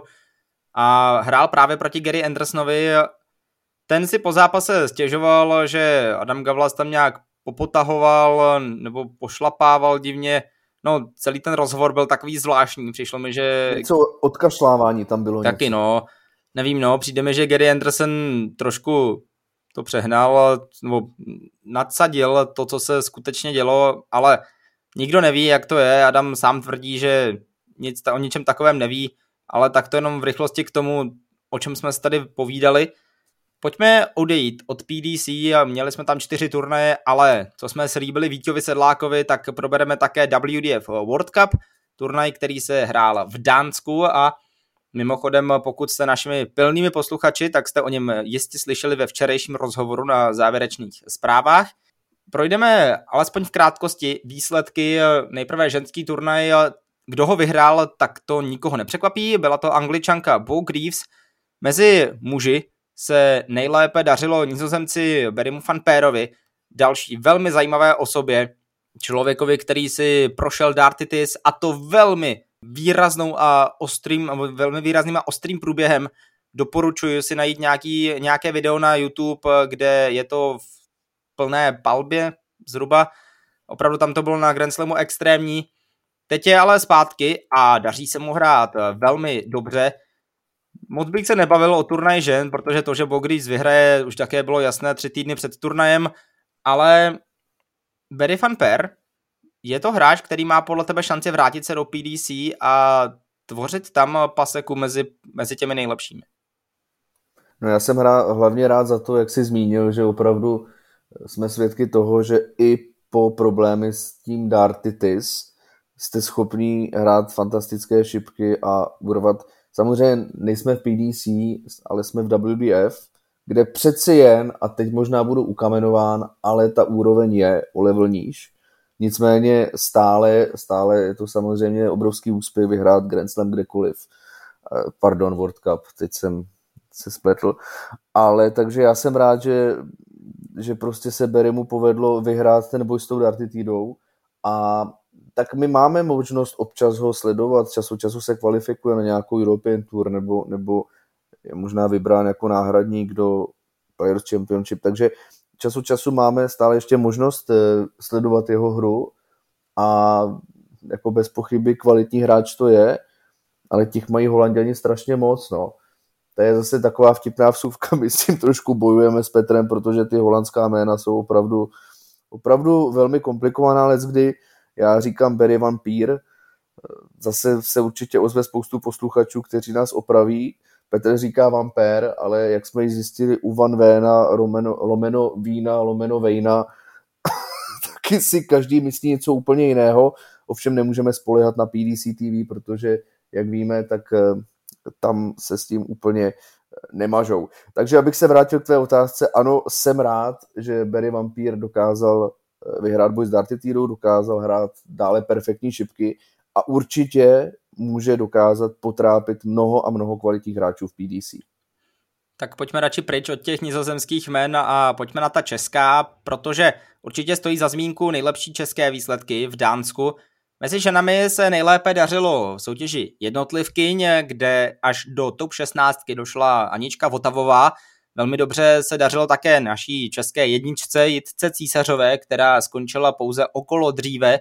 a hrál právě proti Gary Andersonovi. Ten si po zápase stěžoval, že Adam Gavlas tam nějak popotahoval nebo pošlapával divně. No, celý ten rozhovor byl takový zvláštní. Přišlo mi, že... Něco odkašlávání tam bylo. Taky něco. no. Nevím, no. Přijde mi, že Gary Anderson trošku to přehnal nebo nadsadil to, co se skutečně dělo, ale nikdo neví, jak to je. Adam sám tvrdí, že nic o ničem takovém neví, ale tak to jenom v rychlosti k tomu, o čem jsme se tady povídali. Pojďme odejít od P D C, měli jsme tam čtyři turnaje, ale co jsme slíbili Víťovi Sedlákovi, tak probereme také W D F World Cup, turnaj, který se hrál v Dánsku a mimochodem, pokud jste našimi pilnými posluchači, tak jste o něm jistě slyšeli ve včerejším rozhovoru na závěrečných zprávách. Projdeme alespoň v krátkosti výsledky. Nejprve ženský turnaj, kdo ho vyhrál, tak to nikoho nepřekvapí, byla to Angličanka Bo Greaves. Mezi muži se nejlépe dařilo Nizozemci Berimu van Peerovi, další velmi zajímavé osobě, člověkovi, který si prošel dartitis a to velmi výraznou a ostrým, velmi výrazným a ostrým průběhem. Doporučuji si najít nějaký, nějaké video na YouTube, kde je to v plné palbě zhruba. Opravdu tam to bylo na Grand Slamu extrémní. Teď je ale zpátky a daří se mu hrát velmi dobře. Moc bych se nebavil o turnaji žen, protože to, že Bo Greaves vyhraje, už také bylo jasné tři týdny před turnajem, ale Barry van Peer je to hráč, který má podle tebe šanci vrátit se do P D C a tvořit tam paseku mezi, mezi těmi nejlepšími. No já jsem hra, hlavně rád za to, jak jsi zmínil, že opravdu jsme svědky toho, že i po problémy s tím dartitis jste schopní hrát fantastické šipky a urvat. Samozřejmě nejsme v P D C, ale jsme v W B F kde přeci jen, a teď možná budu ukamenován, ale ta úroveň je o level níž. Nicméně stále, stále je to samozřejmě obrovský úspěch vyhrát Grand Slam kdekoliv. Pardon, World Cup, teď jsem se spletl. Ale takže já jsem rád, že, že prostě se Barrymu povedlo vyhrát ten boj s tou Dartitidou a tak my máme možnost občas ho sledovat, čas od času se kvalifikuje na nějakou European Tour nebo, nebo je možná vybrán jako náhradník do Players Championship, takže čas od času máme stále ještě možnost sledovat jeho hru a jako bez pochyby kvalitní hráč to je, ale těch mají Holanděni strašně moc, no. To je zase taková vtipná vsuvka, my s tím trošku bojujeme s Petrem, protože ty holandská jména jsou opravdu, opravdu velmi komplikovaná, ale kdy já říkám Barry Van Peer, zase se určitě ozve spoustu posluchačů, kteří nás opraví. Petr říká Van Peer, ale jak jsme ji zjistili u Van Véna, lomeno, lomeno Vína, lomeno Vejna, taky si každý myslí něco úplně jiného, ovšem nemůžeme spoléhat na P D C T V, protože, jak víme, tak tam se s tím úplně nemažou. Takže abych se vrátil k tvé otázce, ano, jsem rád, že Barry Van Peer dokázal vyhrát boj s Dartitidou, dokázal hrát dále perfektní šipky a určitě může dokázat potrápit mnoho a mnoho kvalitních hráčů v P D C. Tak pojďme radši pryč od těch nizozemských jmen a pojďme na ta česká, protože určitě stojí za zmínku nejlepší české výsledky v Dánsku. Mezi ženami se nejlépe dařilo v soutěži jednotlivkyň, kde až do top šestnáct došla Anička Votavová. Velmi dobře se dařilo také naší české jedničce Jitce Císařové, která skončila pouze okolo dříve.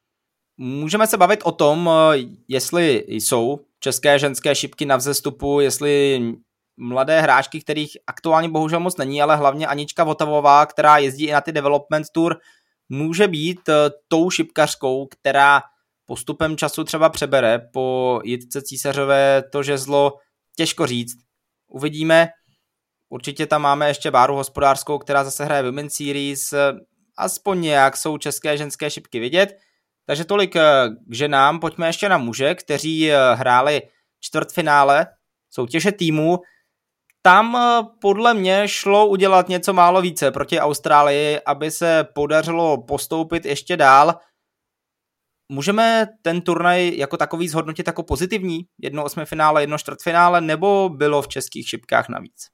Můžeme se bavit o tom, jestli jsou české ženské šipky na vzestupu, jestli mladé hráčky, kterých aktuálně bohužel moc není, ale hlavně Anička Votavová, která jezdí i na ty development tour, může být tou šipkařkou, která postupem času třeba přebere po Jitce Císařové to žezlo, těžko říct. Uvidíme. Určitě tam máme ještě Báru Hospodářskou, která zase hraje Women's Series. Aspoň nějak jsou české ženské šipky vidět. Takže tolik k ženám. Pojďme ještě na muže, kteří hráli čtvrtfinále soutěže týmů. Tam podle mě šlo udělat něco málo více proti Austrálii, aby se podařilo postoupit ještě dál. Můžeme ten turnaj jako takový zhodnotit jako pozitivní? Jedno osmifinále, jedno čtvrtfinále, nebo bylo v českých šipkách navíc?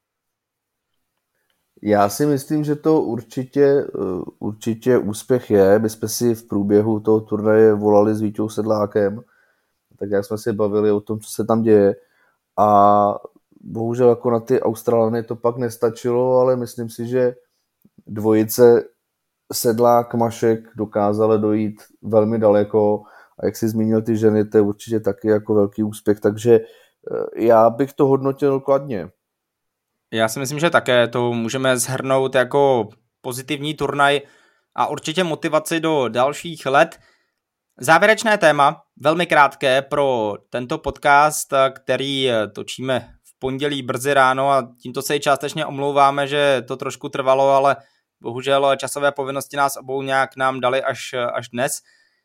Já si myslím, že to určitě, určitě úspěch je. My jsme si v průběhu toho turnaje volali s Víťou Sedlákem, tak jak jsme si bavili o tom, co se tam děje. A bohužel jako na ty Australany to pak nestačilo, ale myslím si, že dvojice Sedlák, Mašek dokázala dojít velmi daleko a jak jsi zmínil ty ženy, to je určitě taky jako velký úspěch, takže já bych to hodnotil kladně. Já si myslím, že také to můžeme shrnout jako pozitivní turnaj a určitě motivaci do dalších let. Závěrečné téma, velmi krátké pro tento podcast, který točíme v pondělí brzy ráno a tímto se i částečně omlouváme, že to trošku trvalo, ale bohužel časové povinnosti nás obou nějak nám dali až, až dnes.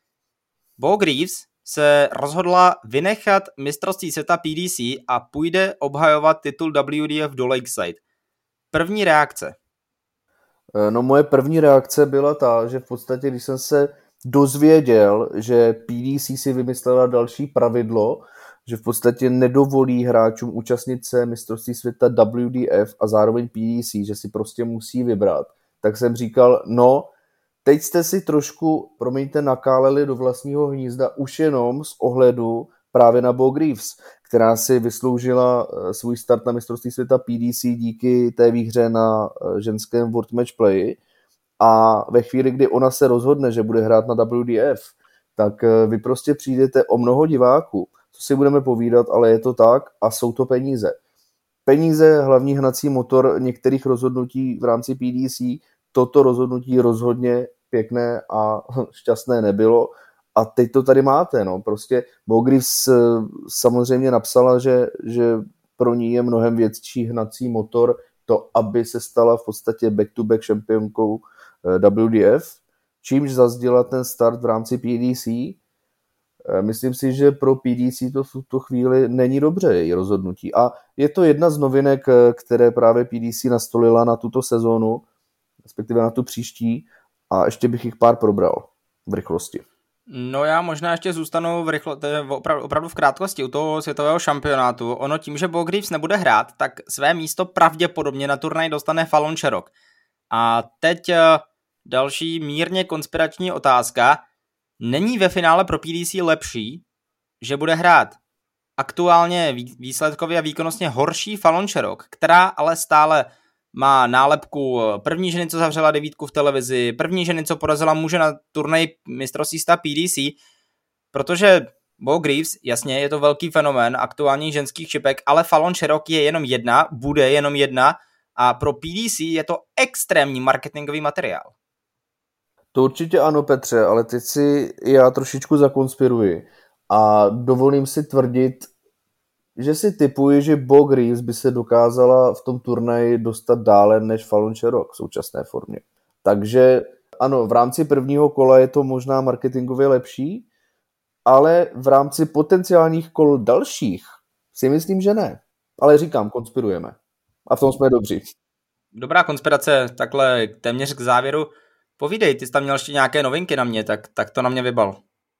Bo Greaves se rozhodla vynechat mistrovství světa P D C a půjde obhajovat titul W D F do Lakeside. První reakce? No moje první reakce byla ta, že v podstatě, když jsem se dozvěděl, že P D C si vymyslela další pravidlo, že v podstatě nedovolí hráčům účastnit se mistrovství světa W D F a zároveň P D C, že si prostě musí vybrat, tak jsem říkal, no, teď jste si trošku, promiňte, nakáleli do vlastního hnízda už jenom z ohledu právě na Bo Greaves, která si vysloužila svůj start na mistrovství světa P D C díky té výhře na ženském World Match Play a ve chvíli, kdy ona se rozhodne, že bude hrát na W D F, tak vy prostě přijdete o mnoho diváků, co si budeme povídat, ale je to tak a jsou to peníze. Peníze, hlavní hnací motor některých rozhodnutí v rámci P D C, toto rozhodnutí rozhodně pěkné a šťastné nebylo a teď to tady máte, no, prostě Bo Greaves samozřejmě napsala, že, že pro ní je mnohem větší hnací motor to, aby se stala v podstatě back-to-back šampionkou W D F, čímž zazděla ten start v rámci P D C. myslím si, že pro P D C to v tuto chvíli není dobře, její rozhodnutí. A je to jedna z novinek, které právě P D C nastolila na tuto sezónu, respektive na tu příští, a ještě bych jich pár probral v rychlosti. No já možná ještě zůstanu v rychlo, opravdu, opravdu v krátkosti u toho světového šampionátu. Ono tím, že Bo Greaves nebude hrát, tak své místo pravděpodobně na turnaj dostane Fallon Sherrock. A teď další mírně konspirační otázka. Není ve finále pro P D C lepší, že bude hrát aktuálně výsledkově a výkonnostně horší Fallon Sherrock, která ale stále má nálepku první ženy, co zavřela devítku v televizi, první ženy, co porazila muže na turnaji mistrovství světa P D C, protože Bo Greaves, jasně, je to velký fenomén aktuálních ženských šipek, ale Fallon Sherrock je jenom jedna, bude jenom jedna a pro P D C je to extrémní marketingový materiál. To určitě ano, Petře, ale teď si já trošičku zakonspiruji a dovolím si tvrdit, že si tipuji, že Bo Greaves by se dokázala v tom turnaji dostat dále než Fallon Sherrock v současné formě. Takže ano, v rámci prvního kola je to možná marketingově lepší, ale v rámci potenciálních kol dalších si myslím, že ne. Ale říkám, konspirujeme. A v tom jsme dobří. Dobrá konspirace, takhle téměř k závěru. Povídej, ty jsi tam měl ještě nějaké novinky na mě, tak, tak to na mě vybal.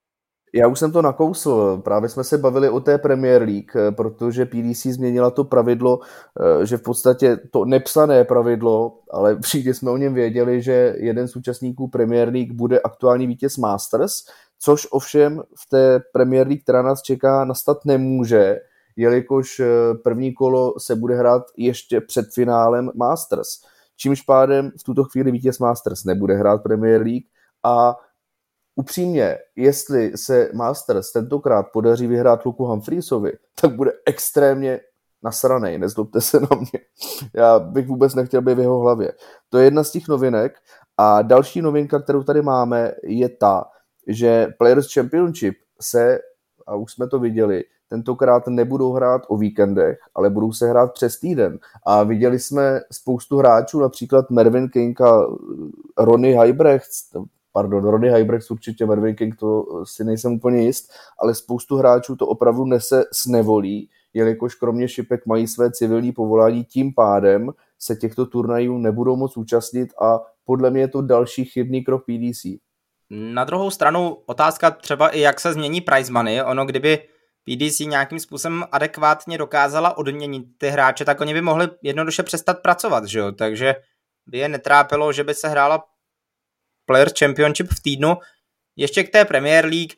Já už jsem to nakousl, právě jsme se bavili o té Premier League, protože P D C změnila to pravidlo, že v podstatě to nepsané pravidlo, ale všichni jsme o něm věděli, že jeden z účastníků Premier League bude aktuální vítěz Masters, což ovšem v té Premier League, která nás čeká, nastat nemůže, jelikož první kolo se bude hrát ještě před finálem Masters. Čímž pádem v tuto chvíli vítěz Masters nebude hrát Premier League a upřímně, jestli se Masters tentokrát podaří vyhrát Luku Humphreysovi, tak bude extrémně nasranej, nezlobte se na mě. Já bych vůbec nechtěl být v jeho hlavě. To je jedna z těch novinek a další novinka, kterou tady máme, je ta, že Players Championship se, a už jsme to viděli, tentokrát nebudou hrát o víkendech, ale budou se hrát přes týden. A viděli jsme spoustu hráčů, například Mervyn King a Ronnie Huybrecht, pardon, Ronnie Huybrecht určitě, Mervyn King to si nejsem úplně jist, ale spoustu hráčů to opravdu nese s nevolí, jelikož kromě šipek mají své civilní povolání, tím pádem se těchto turnajů nebudou moc účastnit a podle mě je to další chybný krok P D C. Na druhou stranu otázka třeba i jak se změní prize money, ono kdyby P D C nějakým způsobem adekvátně dokázala odměnit ty hráče, tak oni by mohli jednoduše přestat pracovat, že jo? Takže by je netrápilo, že by se hrála Players Championship v týdnu. Ještě k té Premier League.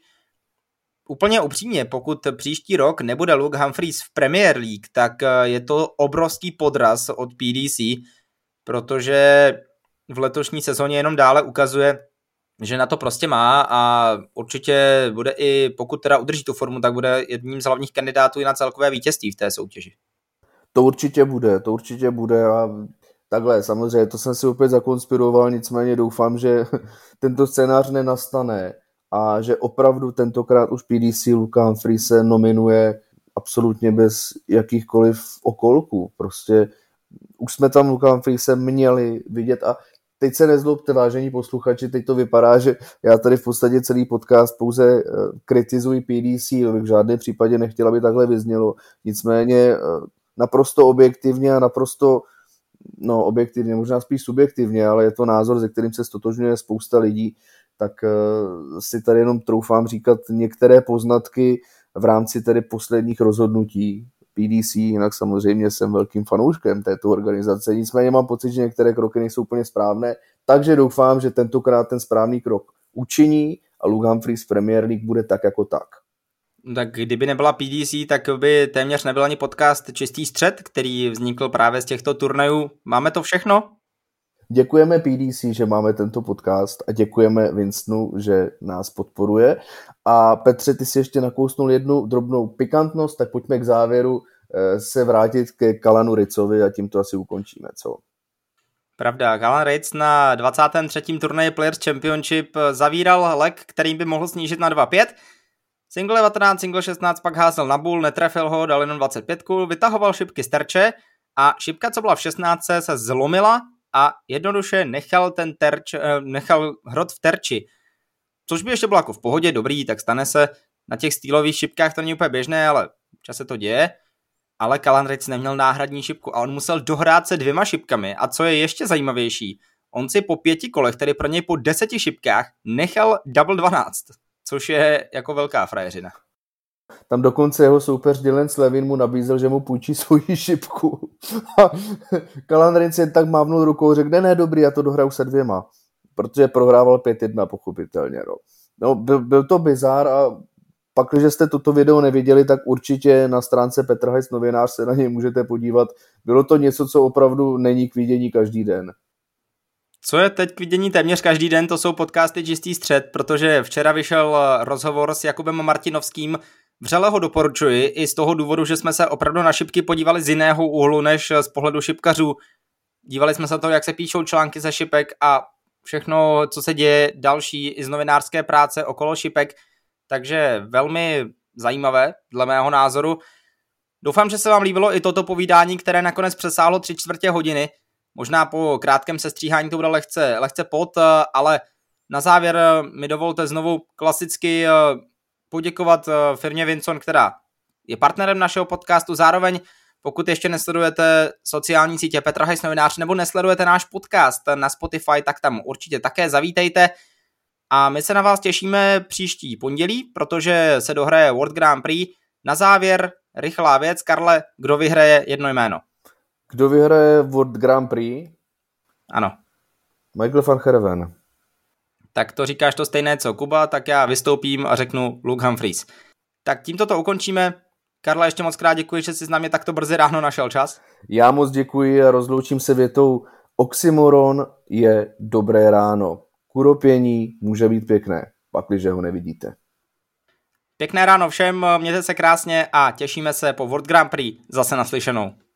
Úplně upřímně, pokud příští rok nebude Luke Humphreys v Premier League, tak je to obrovský podraz od P D C, protože v letošní sezóně jenom dále ukazuje, že na to prostě má a určitě bude i, pokud teda udrží tu formu, tak bude jedním z hlavních kandidátů i na celkové vítězství v té soutěži. To určitě bude, to určitě bude a takhle, samozřejmě, to jsem si opět zakonspiroval, nicméně doufám, že tento scénář nenastane a že opravdu tentokrát už P D C Luka Humphreys nominuje absolutně bez jakýchkoliv okolků. Prostě už jsme tam Luka Humphreys měli vidět a teď se nezlobte, vážení posluchači, teď to vypadá, že já tady v podstatě celý podcast pouze kritizuji P D C, v žádném případě nechtěl, aby takhle vyznělo. Nicméně naprosto objektivně a naprosto, no objektivně, možná spíš subjektivně, ale je to názor, se kterým se stotožňuje spousta lidí, tak si tady jenom troufám říkat některé poznatky v rámci tedy posledních rozhodnutí P D C, jinak samozřejmě jsem velkým fanouškem této organizace, nicméně mám pocit, že některé kroky nejsou úplně správné, takže doufám, že tentokrát ten správný krok učiní a Luke Humphreys v Premier League bude tak jako tak. Tak kdyby nebyla P D C, tak by téměř nebyl ani podcast Čistý střed, který vznikl právě z těchto turnajů. Máme to všechno? Děkujeme P D C, že máme tento podcast a děkujeme Winstonu, že nás podporuje. A Petře, ty si ještě nakousnul jednu drobnou pikantnost, tak pojďme k závěru se vrátit ke Calanu Ritzovi a tím to asi ukončíme, co? Pravda, Callan Ritz na dvacátém třetím turnaji Players Championship zavíral lek, který by mohl snížit na dva pět. Single devatenáct, single šestnáct pak házel na bůl, netrefil ho, dal jenom dvacet pět, vytahoval šipky z terče a šipka, co byla v šestnáctce, se zlomila a jednoduše nechal ten terč, nechal hrot v terči. Což by ještě bylo jako v pohodě, dobrý, tak stane se. Na těch stylových šipkách to není úplně běžné, ale občas se to děje. Ale Callan Ritz neměl náhradní šipku a on musel dohrát se dvěma šipkami. A co je ještě zajímavější, on si po pěti kolech, tedy pro něj po deseti šipkách, nechal double dvanáct, což je jako velká frajeřina. Tam dokonce jeho soupeř Dylan Slevin mu nabízel, že mu půjčí svoji šipku. A Callan Ritz jen tak mávnul rukou, řekl, ne, ne, dobrý, já to dohraju se dvěma. Protože prohrával pět jedna pochopitelně. No, no byl, byl to bizár a pak, když jste toto video neviděli, tak určitě na stránce Petr Hajs novinář se na něj můžete podívat. Bylo to něco, co opravdu není k vidění každý den. Co je teď k vidění téměř každý den, to jsou podcasty Čistý střed, protože včera vyšel rozhovor s Jakubem Martinovským. Vřele ho doporučuji i z toho důvodu, že jsme se opravdu na šipky podívali z jiného úhlu než z pohledu šipkařů. Dívali jsme se na to, jak se píšou články ze šipek a všechno, co se děje další i z novinářské práce okolo šipek. Takže velmi zajímavé, dle mého názoru. Doufám, že se vám líbilo i toto povídání, které nakonec přesáhlo tři čtvrtě hodiny. Možná po krátkém sestříhání to bude lehce, lehce pod, ale na závěr mi dovolte znovu klasicky poděkovat firmě Vinson, která je partnerem našeho podcastu. Zároveň, pokud ještě nesledujete sociální sítě Petr Hajs novinář nebo nesledujete náš podcast na Spotify, tak tam určitě také zavítejte. A my se na vás těšíme příští pondělí, protože se dohraje World Grand Prix. Na závěr rychlá věc. Karle, kdo vyhraje jedno jméno? Kdo vyhraje World Grand Prix? Ano. Michael van Gerwen. Tak to říkáš to stejné co Kuba, tak já vystoupím a řeknu Luke Humphries. Tak tímto to ukončíme. Karla, ještě moc krát děkuji, že jsi s námi takto brzy ráno našel čas. Já moc děkuji a rozloučím se větou: oxymoron je dobré ráno. Kuropění může být pěkné, pakliže ho nevidíte. Pěkné ráno všem, mějte se krásně a těšíme se po World Grand Prix zase naslyšenou.